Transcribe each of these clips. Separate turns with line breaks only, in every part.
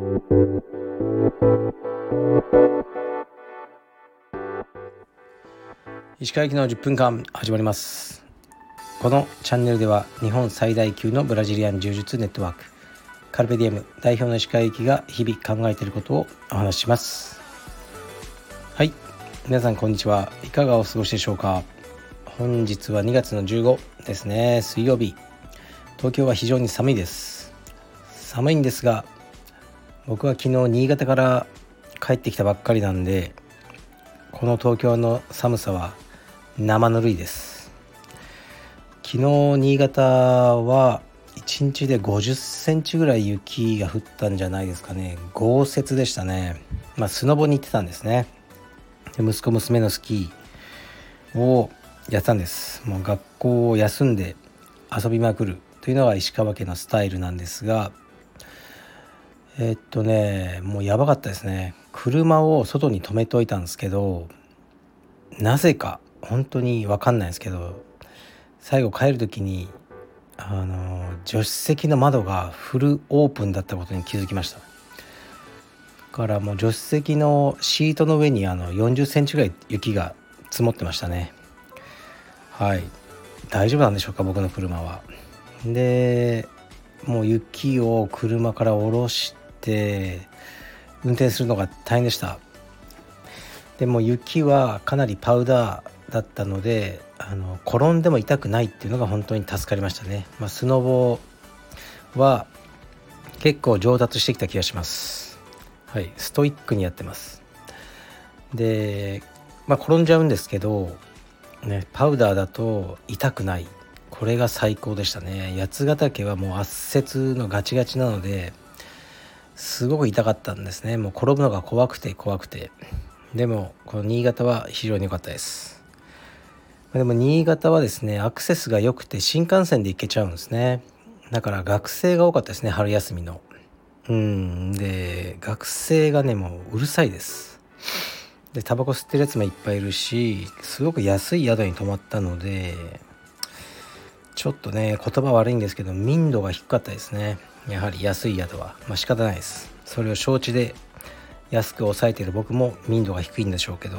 石川行きの10分間始まります。このチャンネルでは日本最大級のブラジリアン柔術ネットワークカルペディエム代表の石川行きが日々考えていることをお話しします。はい、皆さんこんにちは。いかがお過ごしでしょうか。本日は2月の15ですね、水曜日。東京は非常に寒いです。寒いんですが、僕は昨日新潟から帰ってきたばっかりなんで、この東京の寒さは生ぬるいです。昨日新潟は1日で50センチぐらい雪が降ったんじゃないですかね。豪雪でしたね。スノボに行ってたんですね。で、息子娘のスキーをやったんです。もう学校を休んで遊びまくるというのが石川家のスタイルなんですが、もうやばかったですね。車を外に止めといたんですけど、なぜか本当に分かんないですけど、最後帰る時に助手席の窓がフルオープンだったことに気づきました。だからもう助手席のシートの上に40センチぐらい雪が積もってましたね。はい、大丈夫なんでしょうか、僕の車は。で、もう雪を車から下ろして運転するのが大変でした。でも雪はかなりパウダーだったので、転んでも痛くないっていうのが本当に助かりましたね。スノボは結構上達してきた気がします。はい、ストイックにやってます。で、転んじゃうんですけどね、パウダーだと痛くない。これが最高でしたね。八ヶ岳はもう圧雪のガチガチなのですごく痛かったんですね。もう転ぶのが怖くて。でもこの新潟は非常に良かったです。でも新潟はですね、アクセスが良くて新幹線で行けちゃうんですね。だから学生が多かったですね、春休みの。で、学生がね、もううるさいです。で、タバコ吸ってるやつもいっぱいいるし、すごく安い宿に泊まったので、ちょっとね、言葉悪いんですけど民度が低かったですね。やはり安い宿は仕方ないです。それを承知で安く抑えている僕も民度が低いんでしょうけど、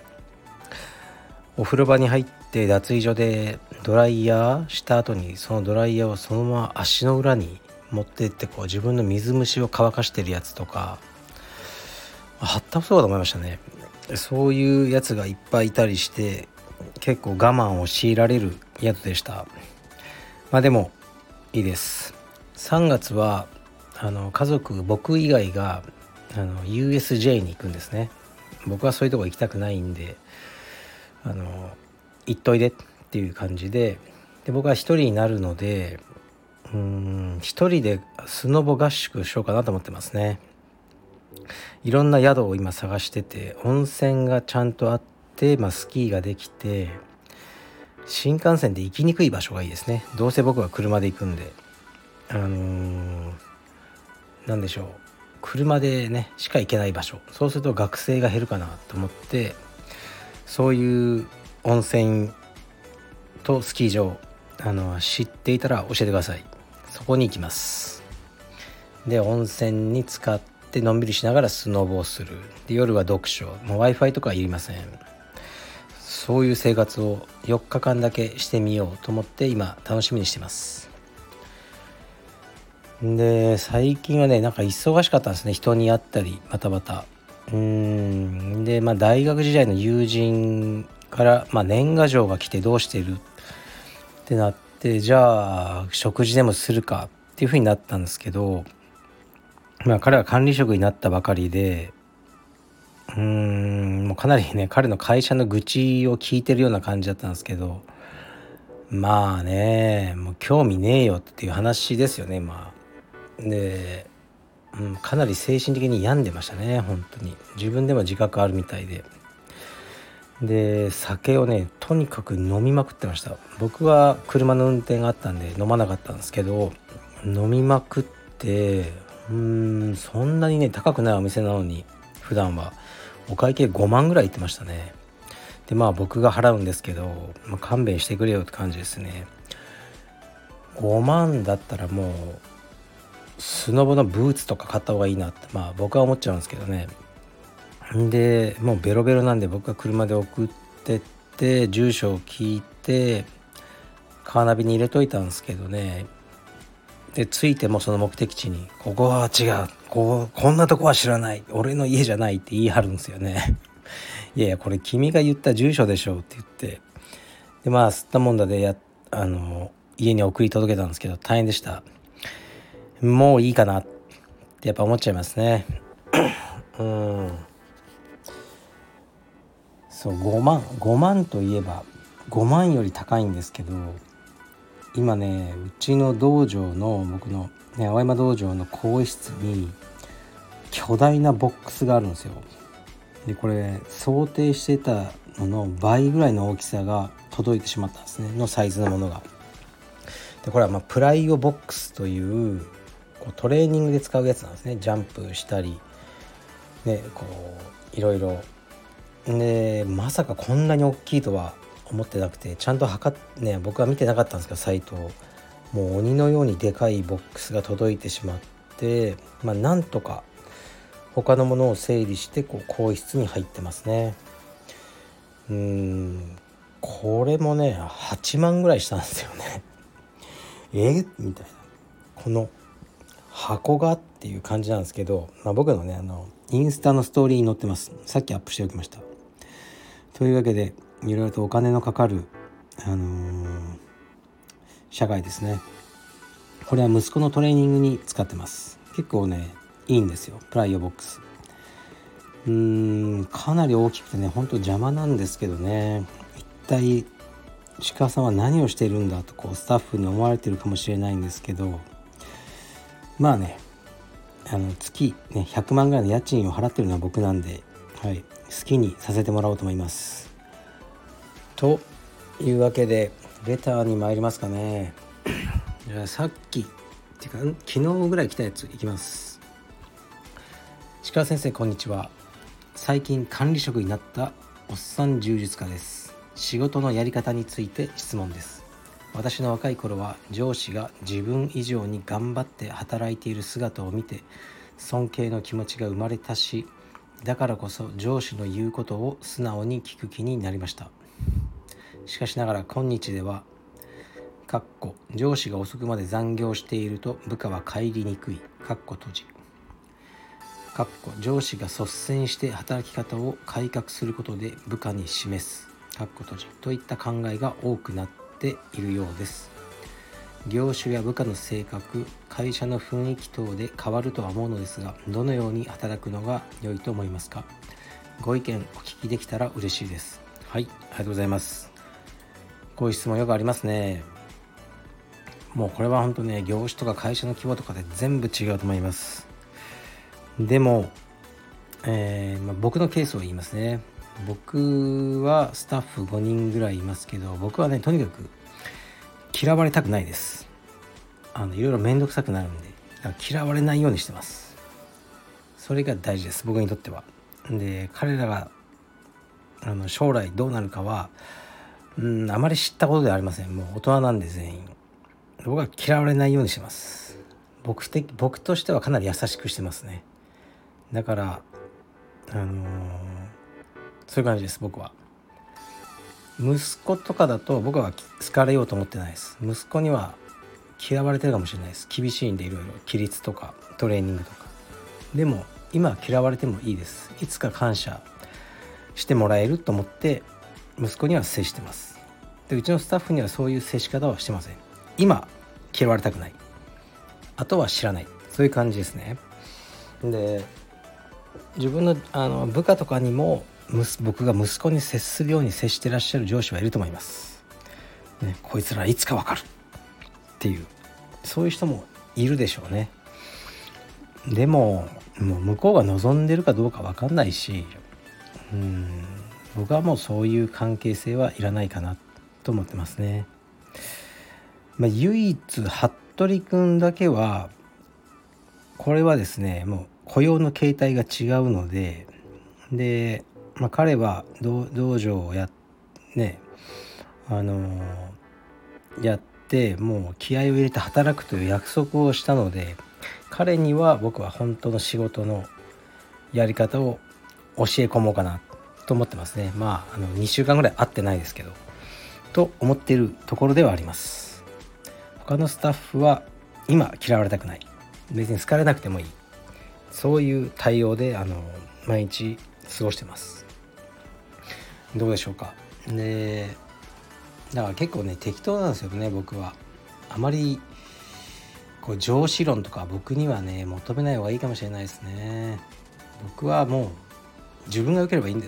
お風呂場に入って脱衣所でドライヤーした後に、そのドライヤーをそのまま足の裏に持ってって自分の水虫を乾かしてるやつとか、はったそうだと思いましたね。そういうやつがいっぱいいたりして、結構我慢を強いられる宿でした。でもいいです。3月は家族、僕以外がUSJ に行くんですね。僕はそういうとこ行きたくないんで、行っといでっていう感じで、僕は一人になるので、一人でスノボ合宿しようかなと思ってますね。いろんな宿を今探してて、温泉がちゃんとあって、スキーができて、新幹線で行きにくい場所がいいですね。どうせ僕は車で行くんで、なんでしょう、車でねしか行けない場所、そうすると学生が減るかなと思って、そういう温泉とスキー場知っていたら教えてください。そこに行きます。で、温泉に浸かってのんびりしながらスノボをする。で、夜は読書、もう Wi-Fi とかはいりません。そういう生活を4日間だけしてみようと思って今楽しみにしてます。で、最近はね、忙しかったんですね。人に会ったりバタバタ。で、大学時代の友人から、年賀状が来てどうしているってなって、じゃあ食事でもするかっていう風になったんですけど、彼は管理職になったばかりで、もうかなりね、彼の会社の愚痴を聞いてるような感じだったんですけど、もう興味ねえよっていう話ですよね。で、かなり精神的に病んでましたね。本当に自分でも自覚あるみたいで、酒をねとにかく飲みまくってました。僕は車の運転があったんで飲まなかったんですけど、飲みまくって、そんなにね高くないお店なのに普段はお会計5万ぐらい行ってましたね。で、僕が払うんですけど、勘弁してくれよって感じですね。5万だったらもうスノボのブーツとか買った方がいいなって、僕は思っちゃうんですけどね。でもうベロベロなんで、僕は車で送ってって住所を聞いてカーナビに入れといたんですけどね。で着いてもその目的地に、ここは違う、こんなとこは知らない、俺の家じゃないって言い張るんですよね。いやいや、これ君が言った住所でしょって言って、で吸ったもんだで家に送り届けたんですけど、大変でした。もういいかなってやっぱ思っちゃいますね。そう、5万といえば5万より高いんですけど、今ね、うちの道場の、僕のね、青山道場の更衣室に巨大なボックスがあるんですよ。でこれ想定してたのの倍ぐらいの大きさが届いてしまったんですね、のサイズのものが。でこれはプライオボックスというトレーニングで使うやつなんですね。ジャンプしたりね、いろいろで、まさかこんなに大きいとは思ってなくて、ちゃんと僕は見てなかったんですけど、サイトを。もう鬼のようにでかいボックスが届いてしまって、なんとか他のものを整理して更衣室に入ってますね。これもね8万ぐらいしたんですよね。みたいな、この箱がっていう感じなんですけど、僕のねインスタのストーリーに載ってます。さっきアップしておきました。というわけで、いろいろとお金のかかる社外ですね。これは息子のトレーニングに使ってます。結構ねいいんですよ、プライオボックス。かなり大きくてね、ほんと邪魔なんですけどね。一体石川さんは何をしているんだとスタッフに思われてるかもしれないんですけど、月ね100万ぐらいの家賃を払ってるのは僕なんで、好きにさせてもらおうと思います。というわけでレターに参りますかね。じゃあさっきっていうか昨日ぐらい来たやついきます。石川先生、こんにちは。最近管理職になったおっさん柔術家です。仕事のやり方について質問です。私の若い頃は上司が自分以上に頑張って働いている姿を見て尊敬の気持ちが生まれたし、だからこそ上司の言うことを素直に聞く気になりました。しかしながら今日では上司が遅くまで残業していると部下は帰りにくい上司が率先して働き方を改革することで部下に示すといった考えが多くなっているようです。業種や部下の性格、会社の雰囲気等で変わるとは思うのですが、どのように働くのが良いと思いますか？ご意見お聞きできたら嬉しいです。はい、ありがとうございます。こういう質問よくありますね。もうこれは本当ね、業種とか会社の規模とかで全部違うと思います。でも、僕のケースを言いますね。僕はスタッフ5人ぐらいいますけど、僕はねとにかく嫌われたくないです。いろいろ面倒くさくなるんで、嫌われないようにしてます。それが大事です、僕にとっては。で、彼らが将来どうなるかはあまり知ったことではありません。もう大人なんで全員。僕は嫌われないようにしてます。僕としてはかなり優しくしてますね。だからそういう感じです。僕は息子とかだと僕は好かれようと思ってないです。息子には嫌われてるかもしれないです。厳しいんで、いろいろ規律とかトレーニングとか。でも今嫌われてもいいです。いつか感謝してもらえると思って息子には接してます。で、うちのスタッフにはそういう接し方はしてません。今嫌われたくない、あとは知らない、そういう感じですね。で、自分の部下とかにも僕が息子に接するように接してらっしゃる上司はいると思います、ね、こいつらいつか分かるっていう、そういう人もいるでしょうね。でももう向こうが望んでるかどうか分かんないし、僕はもうそういう関係性はいらないかなと思ってますね。唯一服部くんだけは、これはですね、もう雇用の形態が違うので、彼は道場をやってもう気合を入れて働くという約束をしたので、 彼には僕は本当の仕事のやり方を教え込もうかなと思ってますね。2週間ぐらい会ってないですけどと思っているところではあります。他のスタッフは今嫌われたくない、別に好かれなくてもいい、そういう対応で毎日過ごしてます。どうでしょうか。でだから結構ね適当なんですよね。僕はあまりこう上司論とか僕にはね求めない方がいいかもしれないですね。僕はもう自分が良ければいいんです。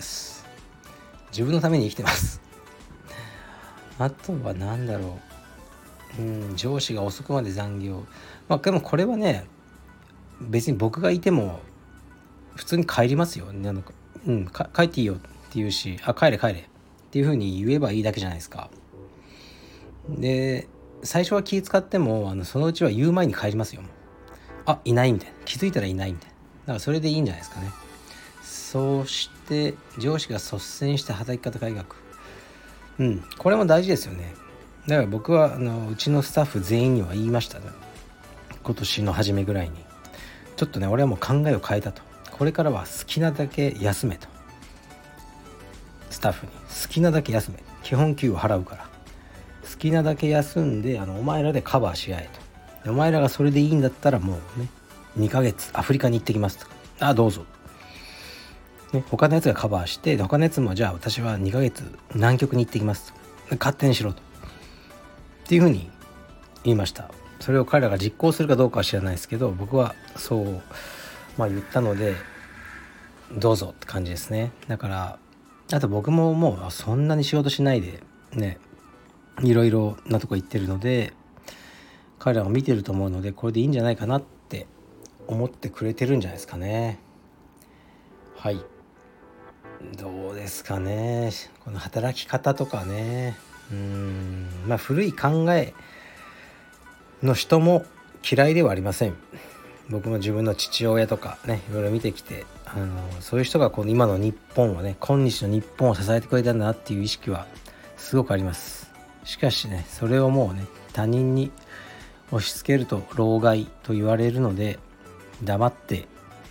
自分のために生きてますあとは何だろう、上司が遅くまで残業、でもこれはね別に僕がいても普通に帰りますよ。帰っていいよって言うし、帰れっていう風に言えばいいだけじゃないですか。で最初は気使ってもそのうちは言う前に帰りますよ。いないみたいな、気づいたらいないみたいな、だからそれでいいんじゃないですかね。そして上司が率先して働き方改革、これも大事ですよね。だから僕はうちのスタッフ全員には言いましたね。今年の初めぐらいにちょっとね俺はもう考えを変えたと。これからは好きなだけ休めと。スタッフに好きなだけ休め、基本給を払うから好きなだけ休んでお前らでカバーし合えと。お前らがそれでいいんだったらもうね2ヶ月アフリカに行ってきますと。どうぞ、他のやつがカバーして、他のやつもじゃあ私は2ヶ月南極に行ってきますと。勝手にしろとっていうふうに言いました。それを彼らが実行するかどうかは知らないですけど、僕はそう言ったのでどうぞって感じですね。だからあと僕ももうそんなに仕事しないでねいろいろなとこ行ってるので、彼らを見てると思うのでこれでいいんじゃないかなって思ってくれてるんじゃないですかね。はい、どうですかね。この働き方とかね、古い考えの人も嫌いではありません。僕も自分の父親とかねいろいろ見てきて、そういう人がこの今の日本をね、今日の日本を支えてくれたんだなっていう意識はすごくあります。しかしねそれをもうね他人に押し付けると老害と言われるので、黙って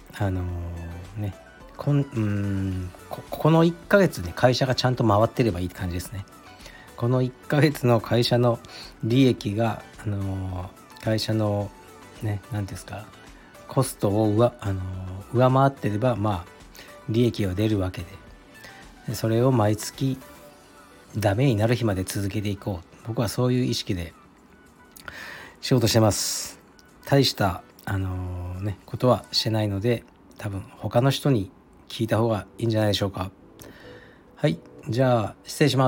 この1ヶ月ね会社がちゃんと回ってればいいって感じですね。この1ヶ月の会社の利益が会社のね何ていうんですか、コストを上回ってれば利益が出るわけで、それを毎月ダメになる日まで続けていこう。僕はそういう意識で仕事してます。大したことはしてないので、多分他の人に聞いた方がいいんじゃないでしょうか。はい、じゃあ失礼します。